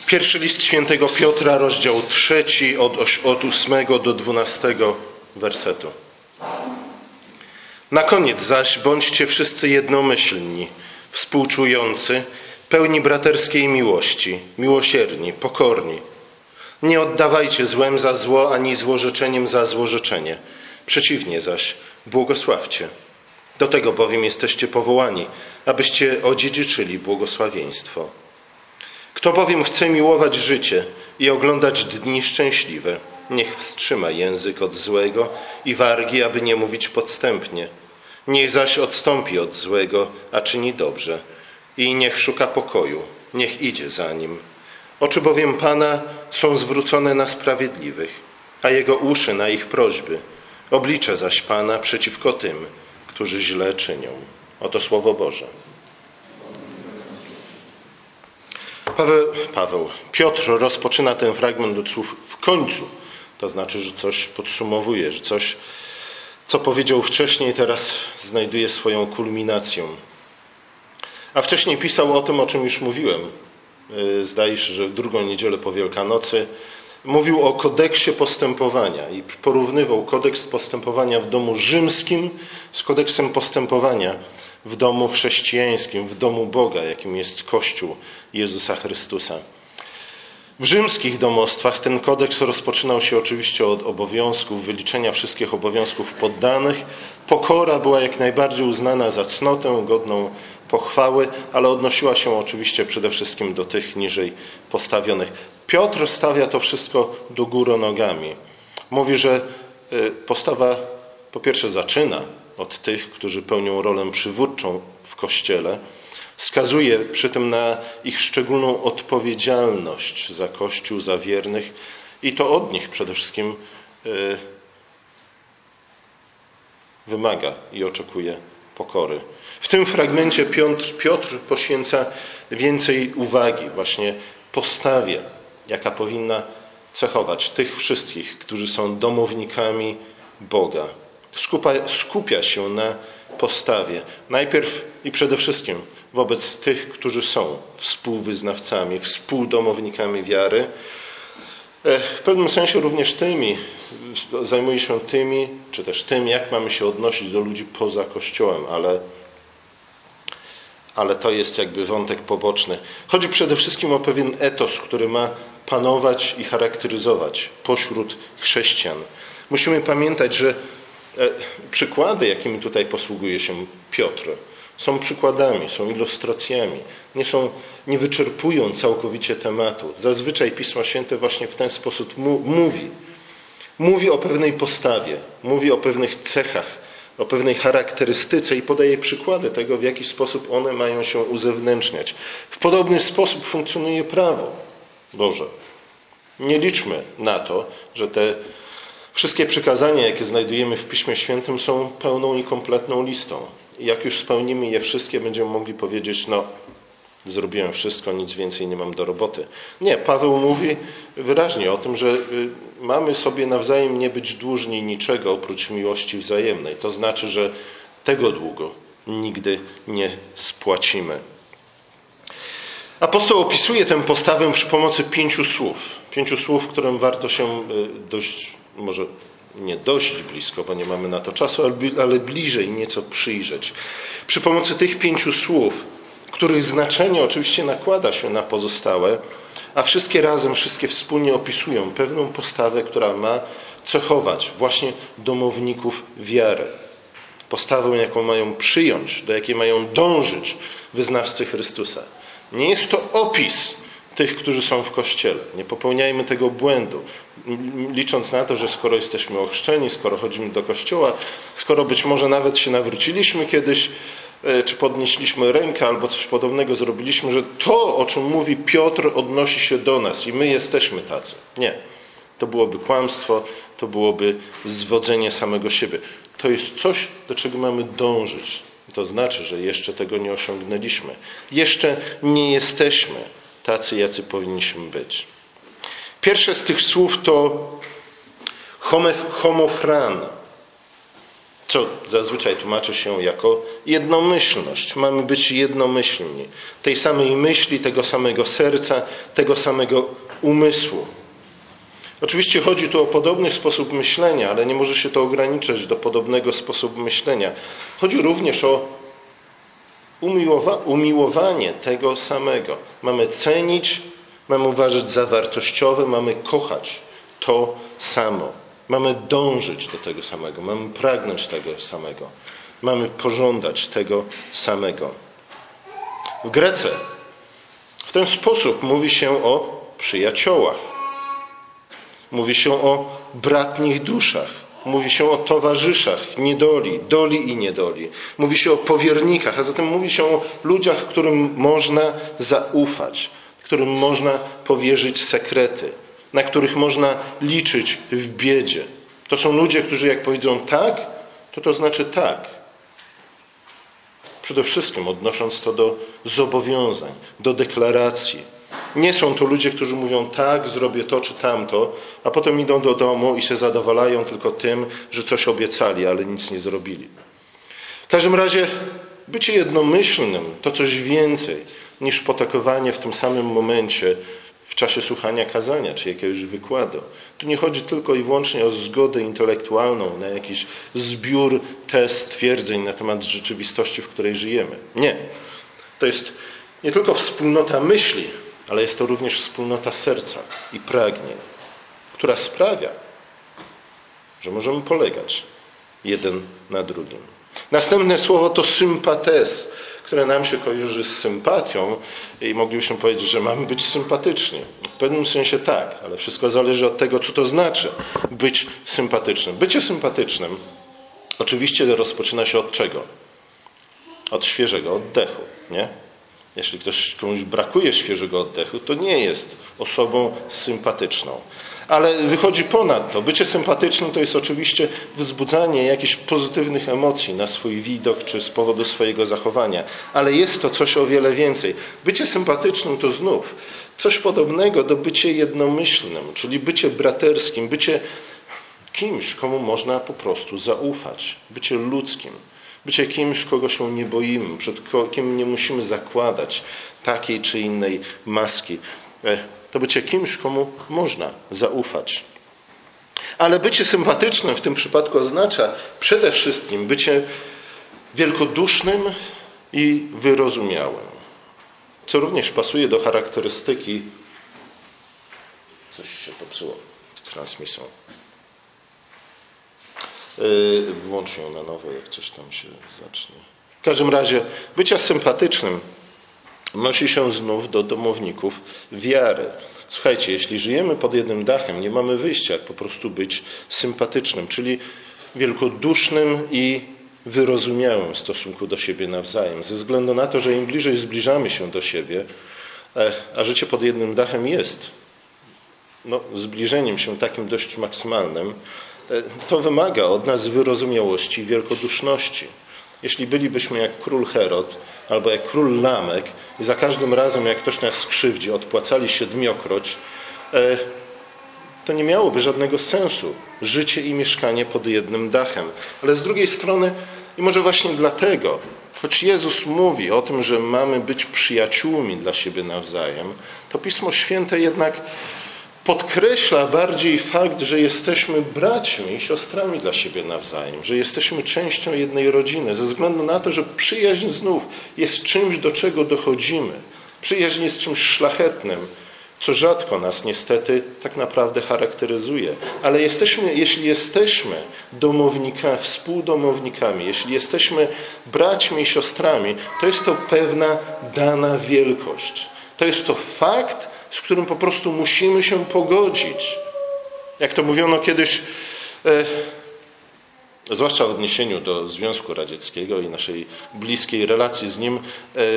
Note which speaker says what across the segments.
Speaker 1: Pierwszy list świętego Piotra, rozdział 3, od 8 do 12 wersetu. Na koniec zaś bądźcie wszyscy jednomyślni, współczujący, pełni braterskiej miłości, miłosierni, pokorni. Nie oddawajcie złem za zło, ani złorzeczeniem za złorzeczenie. Przeciwnie zaś, błogosławcie. Do tego bowiem jesteście powołani, abyście odziedziczyli błogosławieństwo. Kto bowiem chce miłować życie i oglądać dni szczęśliwe, niech wstrzyma język od złego i wargi, aby nie mówić podstępnie. Niech zaś odstąpi od złego, a czyni dobrze. I niech szuka pokoju, niech idzie za nim. Oczy bowiem Pana są zwrócone na sprawiedliwych, a Jego uszy na ich prośby. Oblicze zaś Pana przeciwko tym, którzy źle czynią. Oto Słowo Boże. Piotr rozpoczyna ten fragment od słów w końcu. To znaczy, że coś podsumowuje, że coś, co powiedział wcześniej, teraz znajduje swoją kulminację. A wcześniej pisał o tym, o czym już mówiłem. Zdaje się, że w drugą niedzielę po Wielkanocy mówił o kodeksie postępowania i porównywał kodeks postępowania w domu rzymskim z kodeksem postępowania w domu chrześcijańskim, w domu Boga, jakim jest Kościół Jezusa Chrystusa. W rzymskich domostwach ten kodeks rozpoczynał się oczywiście od obowiązków, wyliczenia wszystkich obowiązków poddanych. Pokora była jak najbardziej uznana za cnotę, godną pochwały, ale odnosiła się oczywiście przede wszystkim do tych niżej postawionych. Piotr stawia to wszystko do góry nogami. Mówi, że postawa po pierwsze zaczyna od tych, którzy pełnią rolę przywódczą w Kościele, wskazuje przy tym na ich szczególną odpowiedzialność za Kościół, za wiernych i to od nich przede wszystkim wymaga i oczekuje pokory. W tym fragmencie Piotr poświęca więcej uwagi właśnie postawie, jaka powinna cechować tych wszystkich, którzy są domownikami Boga. Skupia się na postawie. Najpierw i przede wszystkim wobec tych, którzy są współwyznawcami, współdomownikami wiary. W pewnym sensie również zajmuje się tymi, czy też tym, jak mamy się odnosić do ludzi poza Kościołem, ale to jest jakby wątek poboczny. Chodzi przede wszystkim o pewien etos, który ma panować i charakteryzować pośród chrześcijan. Musimy pamiętać, że przykłady, jakimi tutaj posługuje się Piotr, są przykładami, są ilustracjami, nie wyczerpują całkowicie tematu. Zazwyczaj Pismo Święte właśnie w ten sposób mówi. Mówi o pewnej postawie, mówi o pewnych cechach, o pewnej charakterystyce i podaje przykłady tego, w jaki sposób one mają się uzewnętrzniać. W podobny sposób funkcjonuje prawo Boże. Nie liczmy na to, że te wszystkie przykazania, jakie znajdujemy w Piśmie Świętym, są pełną i kompletną listą. I jak już spełnimy je wszystkie, będziemy mogli powiedzieć, zrobiłem wszystko, nic więcej nie mam do roboty. Nie, Paweł mówi wyraźnie o tym, że mamy sobie nawzajem nie być dłużni niczego oprócz miłości wzajemnej. To znaczy, że tego długu nigdy nie spłacimy. Apostoł opisuje tę postawę przy pomocy 5 słów. 5 słów, którym warto się może nie dość blisko, bo nie mamy na to czasu, ale bliżej nieco przyjrzeć. Przy pomocy tych 5 słów, których znaczenie oczywiście nakłada się na pozostałe, a wszystkie razem, wszystkie wspólnie opisują pewną postawę, która ma cechować właśnie domowników wiary. Postawę, jaką mają przyjąć, do jakiej mają dążyć wyznawcy Chrystusa. Nie jest to opis tych, którzy są w Kościele. Nie popełniajmy tego błędu, licząc na to, że skoro jesteśmy ochrzczeni, skoro chodzimy do Kościoła, skoro być może nawet się nawróciliśmy kiedyś, czy podnieśliśmy rękę, albo coś podobnego zrobiliśmy, że to, o czym mówi Piotr, odnosi się do nas i my jesteśmy tacy. Nie. To byłoby kłamstwo, to byłoby zwodzenie samego siebie. To jest coś, do czego mamy dążyć. To znaczy, że jeszcze tego nie osiągnęliśmy. Jeszcze nie jesteśmy tacy, jacy powinniśmy być. Pierwsze z tych słów to homofran. co zazwyczaj tłumaczy się jako jednomyślność. Mamy być jednomyślni. Tej samej myśli, tego samego serca, tego samego umysłu. Oczywiście chodzi tu o podobny sposób myślenia, ale nie może się to ograniczać do podobnego sposobu myślenia. Chodzi również o umiłowanie tego samego. Mamy cenić, mamy uważać za wartościowe, mamy kochać to samo. Mamy dążyć do tego samego, mamy pragnąć tego samego. Mamy pożądać tego samego. W Grece w ten sposób mówi się o przyjaciołach. Mówi się o bratnich duszach. Mówi się o towarzyszach, doli i niedoli. Mówi się o powiernikach, a zatem mówi się o ludziach, którym można zaufać, którym można powierzyć sekrety, na których można liczyć w biedzie. To są ludzie, którzy jak powiedzą tak, to znaczy tak. Przede wszystkim odnosząc to do zobowiązań, do deklaracji. Nie są to ludzie, którzy mówią tak, zrobię to czy tamto, a potem idą do domu i się zadowalają tylko tym, że coś obiecali, ale nic nie zrobili. W każdym razie bycie jednomyślnym to coś więcej niż potakowanie w tym samym momencie w czasie słuchania kazania czy jakiegoś wykładu. Tu nie chodzi tylko i wyłącznie o zgodę intelektualną na jakiś zbiór tez, stwierdzeń na temat rzeczywistości, w której żyjemy. Nie. To jest nie tylko wspólnota myśli, ale jest to również wspólnota serca i pragnień, która sprawia, że możemy polegać jeden na drugim. Następne słowo to sympates, które nam się kojarzy z sympatią i moglibyśmy powiedzieć, że mamy być sympatyczni. W pewnym sensie tak, ale wszystko zależy od tego, co to znaczy być sympatycznym. Bycie sympatycznym oczywiście rozpoczyna się od czego? Od świeżego oddechu, nie? Jeśli komuś brakuje świeżego oddechu, to nie jest osobą sympatyczną. Ale wychodzi ponad to. Bycie sympatycznym to jest oczywiście wzbudzanie jakichś pozytywnych emocji na swój widok czy z powodu swojego zachowania. Ale jest to coś o wiele więcej. Bycie sympatycznym to znów coś podobnego do bycia jednomyślnym, czyli bycie braterskim, bycie kimś, komu można po prostu zaufać. Bycie ludzkim. Bycie kimś, kogo się nie boimy, przed kim nie musimy zakładać takiej czy innej maski. To bycie kimś, komu można zaufać. Ale bycie sympatycznym w tym przypadku oznacza przede wszystkim bycie wielkodusznym i wyrozumiałym. Co również pasuje do charakterystyki... Coś się popsuło z transmisją. Włącz ją na nowo, jak coś tam się zacznie. W każdym razie bycia sympatycznym odnosi się znów do domowników wiary. Słuchajcie, jeśli żyjemy pod jednym dachem, nie mamy wyjścia, jak po prostu być sympatycznym, czyli wielkodusznym i wyrozumiałym w stosunku do siebie nawzajem. Ze względu na to, że im bliżej zbliżamy się do siebie, a życie pod jednym dachem jest zbliżeniem się takim dość maksymalnym, to wymaga od nas wyrozumiałości i wielkoduszności. Jeśli bylibyśmy jak król Herod albo jak król Lamek i za każdym razem, jak ktoś nas skrzywdzi, odpłacali 7-kroć, to nie miałoby żadnego sensu życie i mieszkanie pod jednym dachem. Ale z drugiej strony, i może właśnie dlatego, choć Jezus mówi o tym, że mamy być przyjaciółmi dla siebie nawzajem, to Pismo Święte jednak podkreśla bardziej fakt, że jesteśmy braćmi i siostrami dla siebie nawzajem, że jesteśmy częścią jednej rodziny, ze względu na to, że przyjaźń znów jest czymś, do czego dochodzimy. Przyjaźń jest czymś szlachetnym, co rzadko nas niestety tak naprawdę charakteryzuje. Ale jeśli jesteśmy współdomownikami, jeśli jesteśmy braćmi i siostrami, to jest to pewna dana wielkość. To jest to fakt, z którym po prostu musimy się pogodzić. Jak to mówiono kiedyś, zwłaszcza w odniesieniu do Związku Radzieckiego i naszej bliskiej relacji z nim,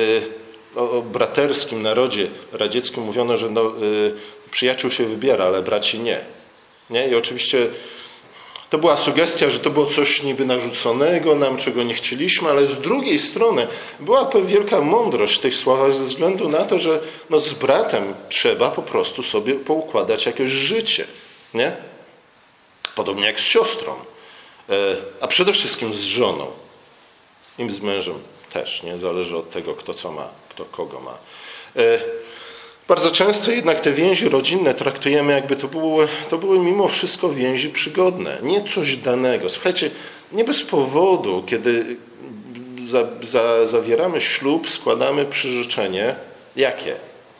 Speaker 1: o braterskim narodzie radzieckim mówiono, że przyjaciół się wybiera, ale braci nie. I oczywiście to była sugestia, że to było coś niby narzuconego nam, czego nie chcieliśmy, ale z drugiej strony była wielka mądrość w tych słowach ze względu na to, że z bratem trzeba po prostu sobie poukładać jakieś życie. Nie? Podobnie jak z siostrą. a przede wszystkim z żoną. I z mężem też, nie? Zależy od tego, kto co ma, kto kogo ma. Bardzo często jednak te więzi rodzinne traktujemy, jakby to były mimo wszystko więzi przygodne, nie coś danego. Słuchajcie, nie bez powodu, kiedy zawieramy ślub, składamy przyrzeczenie. Jakie?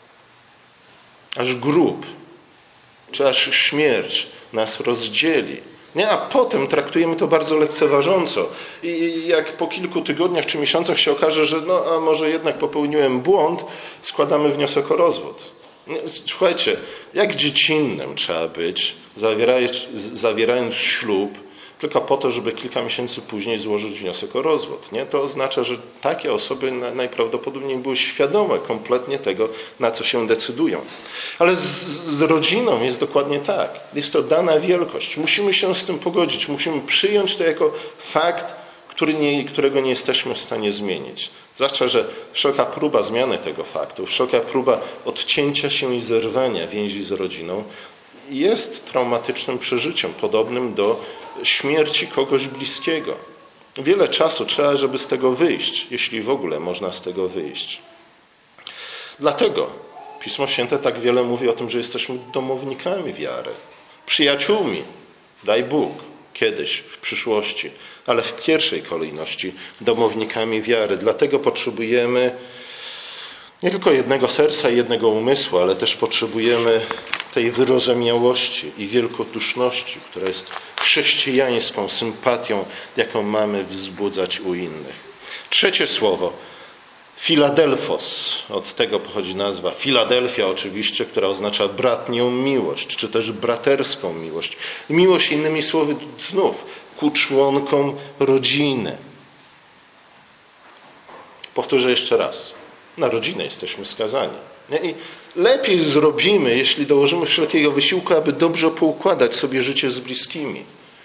Speaker 1: Aż grób, czy aż śmierć nas rozdzieli. Nie? A potem traktujemy to bardzo lekceważąco. I jak po kilku tygodniach czy miesiącach się okaże, że a może jednak popełniłem błąd, składamy wniosek o rozwód. Słuchajcie, jak dziecinnym trzeba być, zawierając ślub, tylko po to, żeby kilka miesięcy później złożyć wniosek o rozwód. Nie? To oznacza, że takie osoby najprawdopodobniej były świadome kompletnie tego, na co się decydują. Ale z rodziną jest dokładnie tak. Jest to dana wielkość. Musimy się z tym pogodzić. Musimy przyjąć to jako fakt, którego nie jesteśmy w stanie zmienić. Zwłaszcza, że wszelka próba zmiany tego faktu, wszelka próba odcięcia się i zerwania więzi z rodziną jest traumatycznym przeżyciem, podobnym do śmierci kogoś bliskiego. Wiele czasu trzeba, żeby z tego wyjść, jeśli w ogóle można z tego wyjść. Dlatego Pismo Święte tak wiele mówi o tym, że jesteśmy domownikami wiary, przyjaciółmi, daj Bóg, kiedyś, w przyszłości, ale w pierwszej kolejności domownikami wiary. Dlatego potrzebujemy nie tylko jednego serca i jednego umysłu, ale też potrzebujemy tej wyrozumiałości i wielkoduszności, która jest chrześcijańską sympatią, jaką mamy wzbudzać u innych. Trzecie słowo, Filadelfos. Od tego pochodzi nazwa Filadelfia oczywiście, która oznacza bratnią miłość, czy też braterską miłość. Miłość, innymi słowy, znów ku członkom rodziny. Powtórzę jeszcze raz. Na rodzinę jesteśmy skazani. I lepiej zrobimy, jeśli dołożymy wszelkiego wysiłku, aby dobrze poukładać sobie życie z bliskimi.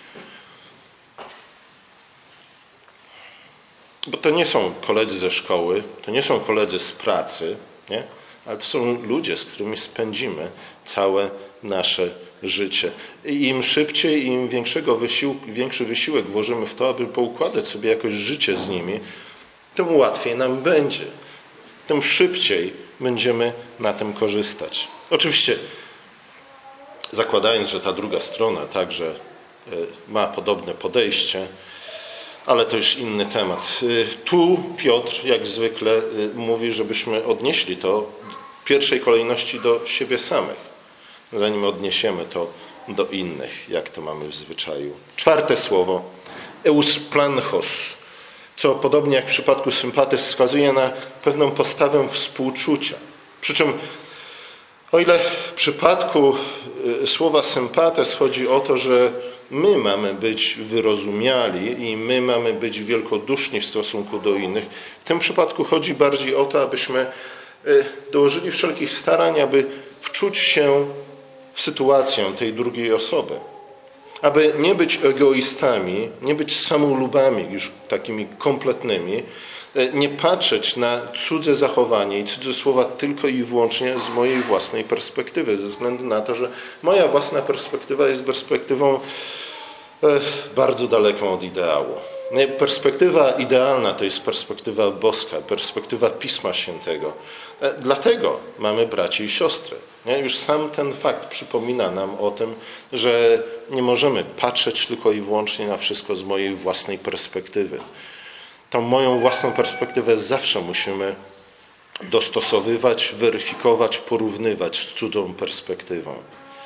Speaker 1: Bo to nie są koledzy ze szkoły, to nie są koledzy z pracy, nie? Ale to są ludzie, z którymi spędzimy całe nasze życie. I im szybciej, im większy wysiłek włożymy w to, aby poukładać sobie jakoś życie z nimi, tym łatwiej nam będzie. Tym szybciej będziemy na tym korzystać. Oczywiście zakładając, że ta druga strona także ma podobne podejście, ale to już inny temat. Tu Piotr, jak zwykle, mówi, żebyśmy odnieśli to w pierwszej kolejności do siebie samych, zanim odniesiemy to do innych, jak to mamy w zwyczaju. Czwarte słowo, eusplanchos, co podobnie jak w przypadku sympatyz wskazuje na pewną postawę współczucia. Przy czym o ile w przypadku słowa sympates chodzi o to, że my mamy być wyrozumiali i my mamy być wielkoduszni w stosunku do innych, w tym przypadku chodzi bardziej o to, abyśmy dołożyli wszelkich starań, aby wczuć się w sytuację tej drugiej osoby. Aby nie być egoistami, nie być samolubami już takimi kompletnymi, nie patrzeć na cudze zachowanie i cudze słowa tylko i wyłącznie z mojej własnej perspektywy, ze względu na to, że moja własna perspektywa jest perspektywą bardzo daleką od ideału. Perspektywa idealna to jest perspektywa boska, perspektywa Pisma Świętego. Dlatego mamy braci i siostry. Już sam ten fakt przypomina nam o tym, że nie możemy patrzeć tylko i wyłącznie na wszystko z mojej własnej perspektywy. Tą moją własną perspektywę zawsze musimy dostosowywać, weryfikować, porównywać z cudzą perspektywą.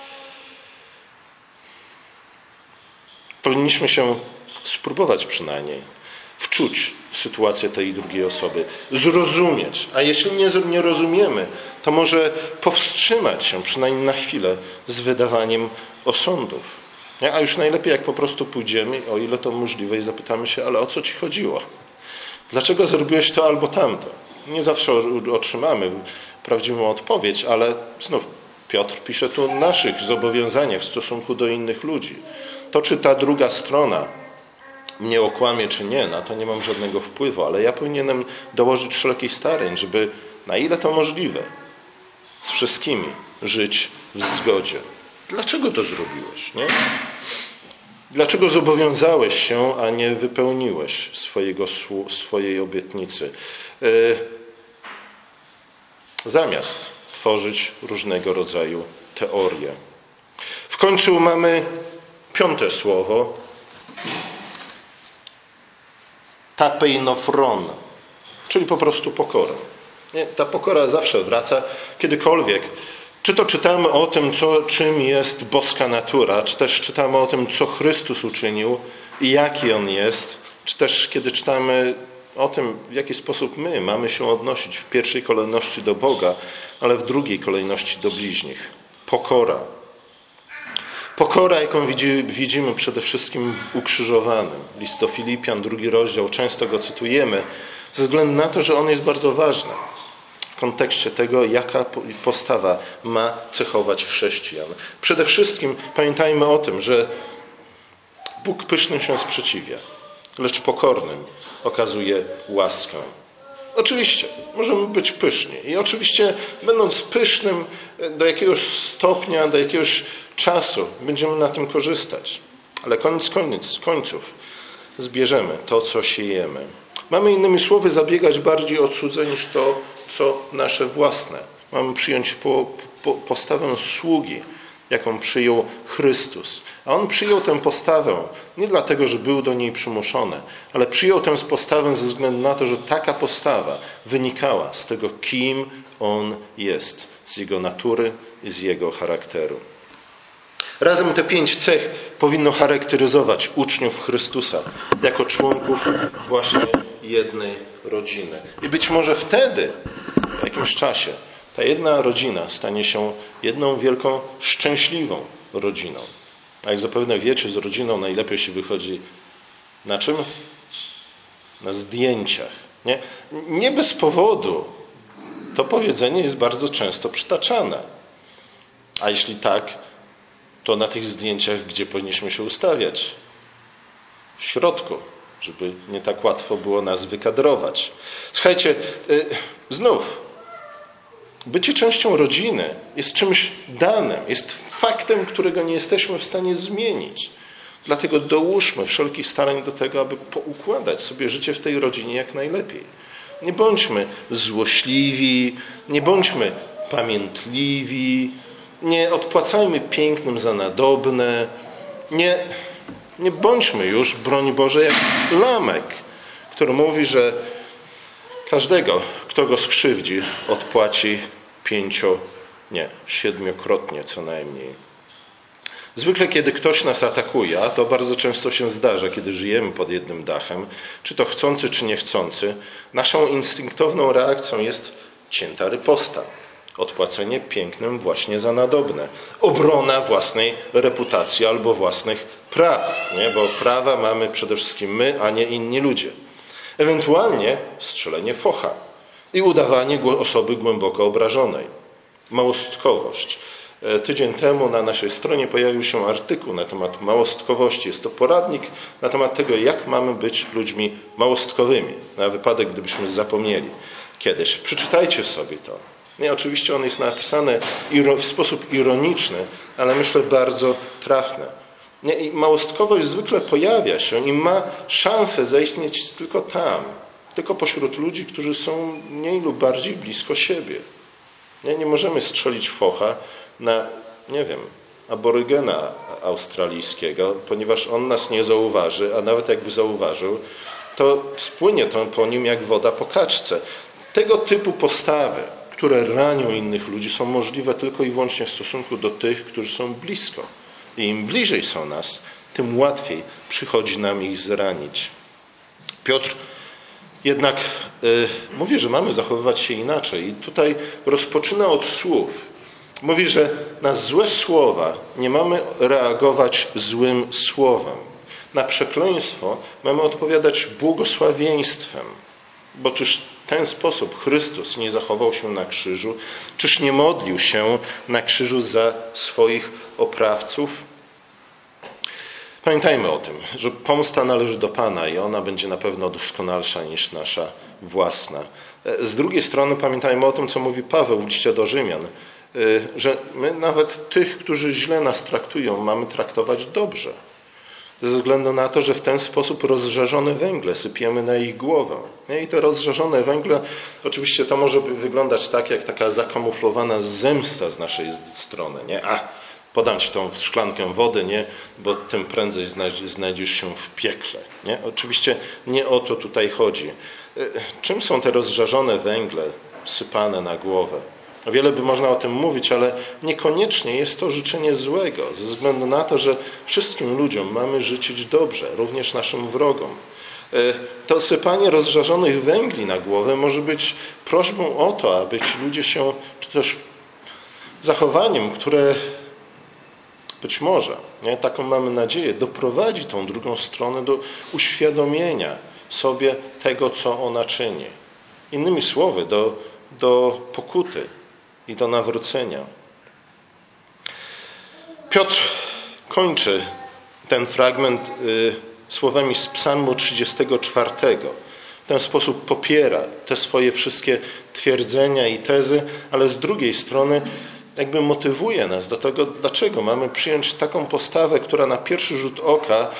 Speaker 1: Powinniśmy się spróbować przynajmniej wczuć w sytuację tej drugiej osoby, zrozumieć, a jeśli nie rozumiemy, to może powstrzymać się przynajmniej na chwilę z wydawaniem osądów. A już najlepiej, jak po prostu pójdziemy, o ile to możliwe, i zapytamy się, ale o co ci chodziło? Dlaczego zrobiłeś to albo tamto? Nie zawsze otrzymamy prawdziwą odpowiedź, ale znów Piotr pisze tu o naszych zobowiązaniach w stosunku do innych ludzi. To, czy ta druga strona mnie okłamie, czy nie, na to nie mam żadnego wpływu, ale ja powinienem dołożyć wszelkich starań, żeby na ile to możliwe z wszystkimi żyć w zgodzie. Dlaczego to zrobiłeś, nie? Dlaczego zobowiązałeś się, a nie wypełniłeś swojej obietnicy? Zamiast tworzyć różnego rodzaju teorie. W końcu mamy 5. słowo. Tapeinofron, czyli po prostu pokora. Nie, ta pokora zawsze wraca, kiedykolwiek. Czy to czytamy o tym, czym jest boska natura, czy też czytamy o tym, co Chrystus uczynił i jaki On jest, czy też kiedy czytamy o tym, w jaki sposób my mamy się odnosić w pierwszej kolejności do Boga, ale w drugiej kolejności do bliźnich. Pokora. Pokora, jaką widzimy przede wszystkim w ukrzyżowanym. List do Filipian, 2 rozdział, często go cytujemy, ze względu na to, że on jest bardzo ważny w kontekście tego, jaka postawa ma cechować chrześcijan. Przede wszystkim pamiętajmy o tym, że Bóg pysznym się sprzeciwia, lecz pokornym okazuje łaskę. Oczywiście, możemy być pyszni i oczywiście będąc pysznym do jakiegoś stopnia, do jakiegoś czasu będziemy na tym korzystać. Ale koniec końców zbierzemy to, co siejemy. Mamy innymi słowy zabiegać bardziej o cudze niż to, co nasze własne. Mamy przyjąć postawę sługi, jaką przyjął Chrystus. A On przyjął tę postawę nie dlatego, że był do niej przymuszony, ale przyjął tę postawę ze względu na to, że taka postawa wynikała z tego, kim On jest, z Jego natury i z Jego charakteru. Razem te 5 cech powinno charakteryzować uczniów Chrystusa jako członków właśnie jednej rodziny. I być może wtedy, w jakimś czasie, ta jedna rodzina stanie się jedną wielką, szczęśliwą rodziną. A jak zapewne wiecie, z rodziną najlepiej się wychodzi na czym? Na zdjęciach. Nie bez powodu to powiedzenie jest bardzo często przytaczane. A jeśli tak, to na tych zdjęciach gdzie powinniśmy się ustawiać? W środku, żeby nie tak łatwo było nas wykadrować. Słuchajcie, znów, bycie częścią rodziny jest czymś danym, jest faktem, którego nie jesteśmy w stanie zmienić. Dlatego dołóżmy wszelkich starań do tego, aby poukładać sobie życie w tej rodzinie jak najlepiej. Nie bądźmy złośliwi, nie bądźmy pamiętliwi, nie odpłacajmy pięknym za nadobne, nie bądźmy już, broń Boże, jak Lamek, który mówi, że każdego, kto go skrzywdzi, odpłaci 7-krotnie co najmniej. Zwykle, kiedy ktoś nas atakuje, a to bardzo często się zdarza, kiedy żyjemy pod jednym dachem, czy to chcący, czy niechcący, naszą instynktowną reakcją jest cięta riposta. Odpłacenie pięknym właśnie za nadobne. Obrona własnej reputacji albo własnych praw, bo prawa mamy przede wszystkim my, a nie inni ludzie. Ewentualnie strzelenie focha i udawanie osoby głęboko obrażonej. Małostkowość. Tydzień temu na naszej stronie pojawił się artykuł na temat małostkowości. Jest to poradnik na temat tego, jak mamy być ludźmi małostkowymi, na wypadek, gdybyśmy zapomnieli kiedyś. Przeczytajcie sobie to. Oczywiście on jest napisany w sposób ironiczny, ale myślę bardzo trafny. I małostkowość zwykle pojawia się i ma szansę zaistnieć tylko tam, tylko pośród ludzi, którzy są mniej lub bardziej blisko siebie. Nie możemy strzelić focha na, aborygena australijskiego, ponieważ on nas nie zauważy, a nawet jakby zauważył, to spłynie to po nim jak woda po kaczce. Tego typu postawy, które ranią innych ludzi, są możliwe tylko i wyłącznie w stosunku do tych, którzy są blisko. I im bliżej są nas, tym łatwiej przychodzi nam ich zranić. Piotr jednak mówi, że mamy zachowywać się inaczej. I tutaj rozpoczyna od słów. Mówi, że na złe słowa nie mamy reagować złym słowem. Na przekleństwo mamy odpowiadać błogosławieństwem. Bo czyż w ten sposób Chrystus nie zachował się na krzyżu? Czyż nie modlił się na krzyżu za swoich oprawców? Pamiętajmy o tym, że pomsta należy do Pana i ona będzie na pewno doskonalsza niż nasza własna. Z drugiej strony pamiętajmy o tym, co mówi Paweł w liście do Rzymian, że my nawet tych, którzy źle nas traktują, mamy traktować dobrze. ze względu na to, że w ten sposób rozżarzone węgle sypiemy na ich głowę. I te rozżarzone węgle, oczywiście to może wyglądać tak, jak taka zakamuflowana zemsta z naszej strony. Nie? Podam ci tą szklankę wody, nie? Bo tym prędzej znajdziesz się w piekle. Nie? Oczywiście nie o to tutaj chodzi. Czym są te rozżarzone węgle sypane na głowę? Wiele by można o tym mówić, ale niekoniecznie jest to życzenie złego, ze względu na to, że wszystkim ludziom mamy życzyć dobrze, również naszym wrogom. To sypanie rozżarzonych węgli na głowę może być prośbą o to, aby ci ludzie się, czy też zachowaniem, które być może, taką mamy nadzieję, doprowadzi tą drugą stronę do uświadomienia sobie tego, co ona czyni. Innymi słowy, do pokuty i do nawrócenia. Piotr kończy ten fragment słowami z Psalmu 34. W ten sposób popiera te swoje wszystkie twierdzenia i tezy, ale z drugiej strony jakby motywuje nas do tego, dlaczego mamy przyjąć taką postawę, która na pierwszy rzut oka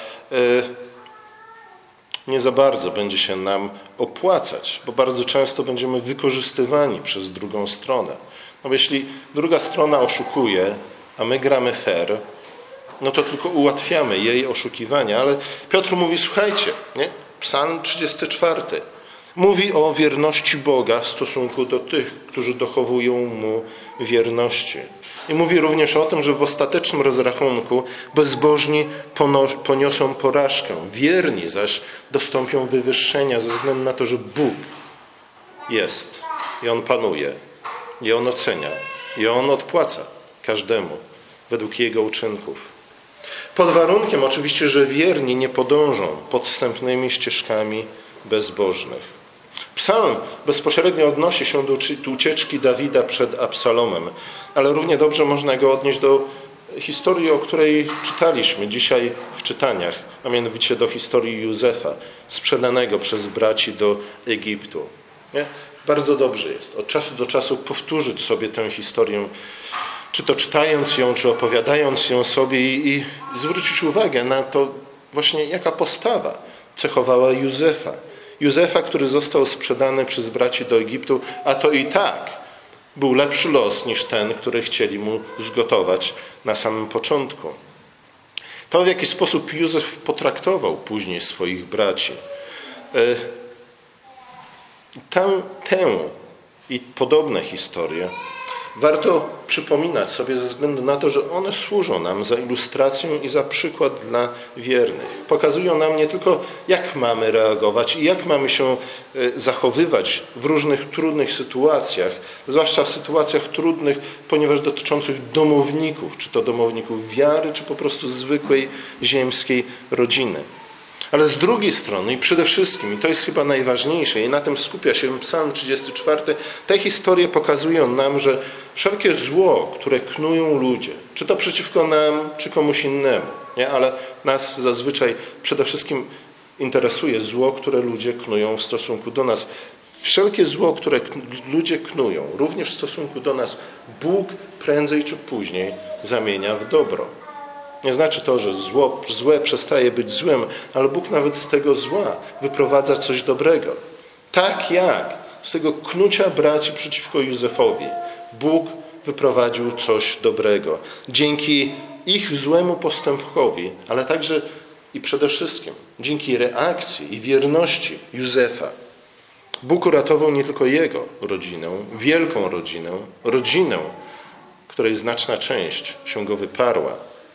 Speaker 1: nie za bardzo będzie się nam opłacać, bo bardzo często będziemy wykorzystywani przez drugą stronę. No bo jeśli druga strona oszukuje, a my gramy fair, no to tylko ułatwiamy jej oszukiwania, ale Piotr mówi, słuchajcie, nie? Psalm 34 mówi o wierności Boga w stosunku do tych, którzy dochowują Mu wierności. I mówi również o tym, że w ostatecznym rozrachunku bezbożni poniosą porażkę, wierni zaś dostąpią wywyższenia ze względu na to, że Bóg jest i On panuje, i On ocenia, i On odpłaca każdemu według jego uczynków. Pod warunkiem oczywiście, że wierni nie podążą podstępnymi ścieżkami bezbożnych. Psalm bezpośrednio odnosi się do ucieczki Dawida przed Absalomem, ale równie dobrze można go odnieść do historii, o której czytaliśmy dzisiaj w czytaniach, a mianowicie do historii Józefa, sprzedanego przez braci do Egiptu. Nie? Bardzo dobrze jest od czasu do czasu powtórzyć sobie tę historię, czy to czytając ją, czy opowiadając ją sobie i zwrócić uwagę na to właśnie, jaka postawa cechowała Józefa. Józefa, który został sprzedany przez braci do Egiptu, a to i tak był lepszy los niż ten, który chcieli mu zgotować na samym początku. To, w jaki sposób Józef potraktował później swoich braci. Tę i podobne historie warto przypominać sobie ze względu na to, że one służą nam za ilustrację i za przykład dla wiernych. Pokazują nam nie tylko, jak mamy reagować i jak mamy się zachowywać w różnych trudnych sytuacjach, zwłaszcza w sytuacjach trudnych, ponieważ dotyczących domowników, czy to domowników wiary, czy po prostu zwykłej ziemskiej rodziny. Ale z drugiej strony i przede wszystkim, i to jest chyba najważniejsze, i na tym skupia się Psalm 34, te historie pokazują nam, że wszelkie zło, które knują ludzie, czy to przeciwko nam, czy komuś innemu, nie? Ale nas zazwyczaj przede wszystkim interesuje zło, które ludzie knują w stosunku do nas. Wszelkie zło, które ludzie knują, również w stosunku do nas, Bóg prędzej czy później zamienia w dobro. Nie znaczy to, że złe przestaje być złem, ale Bóg nawet z tego zła wyprowadza coś dobrego. Tak jak z tego knucia braci przeciwko Józefowi Bóg wyprowadził coś dobrego. Dzięki ich złemu postępowi, ale także i przede wszystkim dzięki reakcji i wierności Józefa, Bóg uratował nie tylko jego rodzinę, wielką rodzinę, której znaczna część się go wyparła,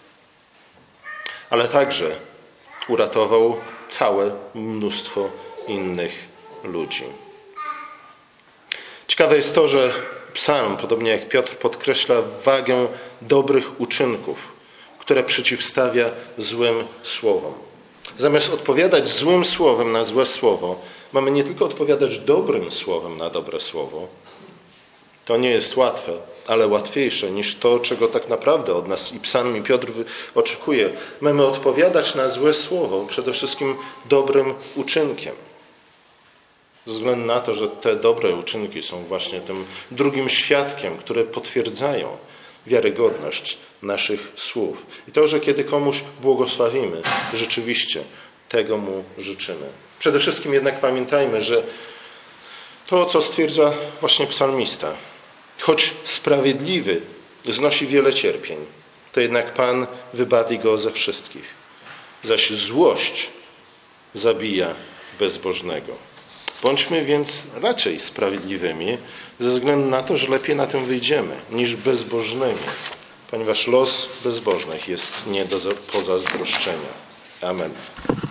Speaker 1: ale także uratował całe mnóstwo innych ludzi. Ciekawe jest to, że Psalm, podobnie jak Piotr, podkreśla wagę dobrych uczynków, które przeciwstawia złym słowom. Zamiast odpowiadać złym słowem na złe słowo, mamy nie tylko odpowiadać dobrym słowem na dobre słowo. To nie jest łatwe, ale łatwiejsze niż to, czego tak naprawdę od nas i Psalm i Piotr oczekuje. Mamy odpowiadać na złe słowo przede wszystkim dobrym uczynkiem. Ze względu na to, że te dobre uczynki są właśnie tym drugim świadkiem, które potwierdzają wiarygodność naszych słów. I to, że kiedy komuś błogosławimy, rzeczywiście tego mu życzymy. Przede wszystkim jednak pamiętajmy, że to, co stwierdza właśnie psalmista, choć sprawiedliwy znosi wiele cierpień, to jednak Pan wybawi go ze wszystkich, zaś złość zabija bezbożnego. Bądźmy więc raczej sprawiedliwymi, ze względu na to, że lepiej na tym wyjdziemy, niż bezbożnymi, ponieważ los bezbożnych jest nie do pozazdroszczenia. Amen.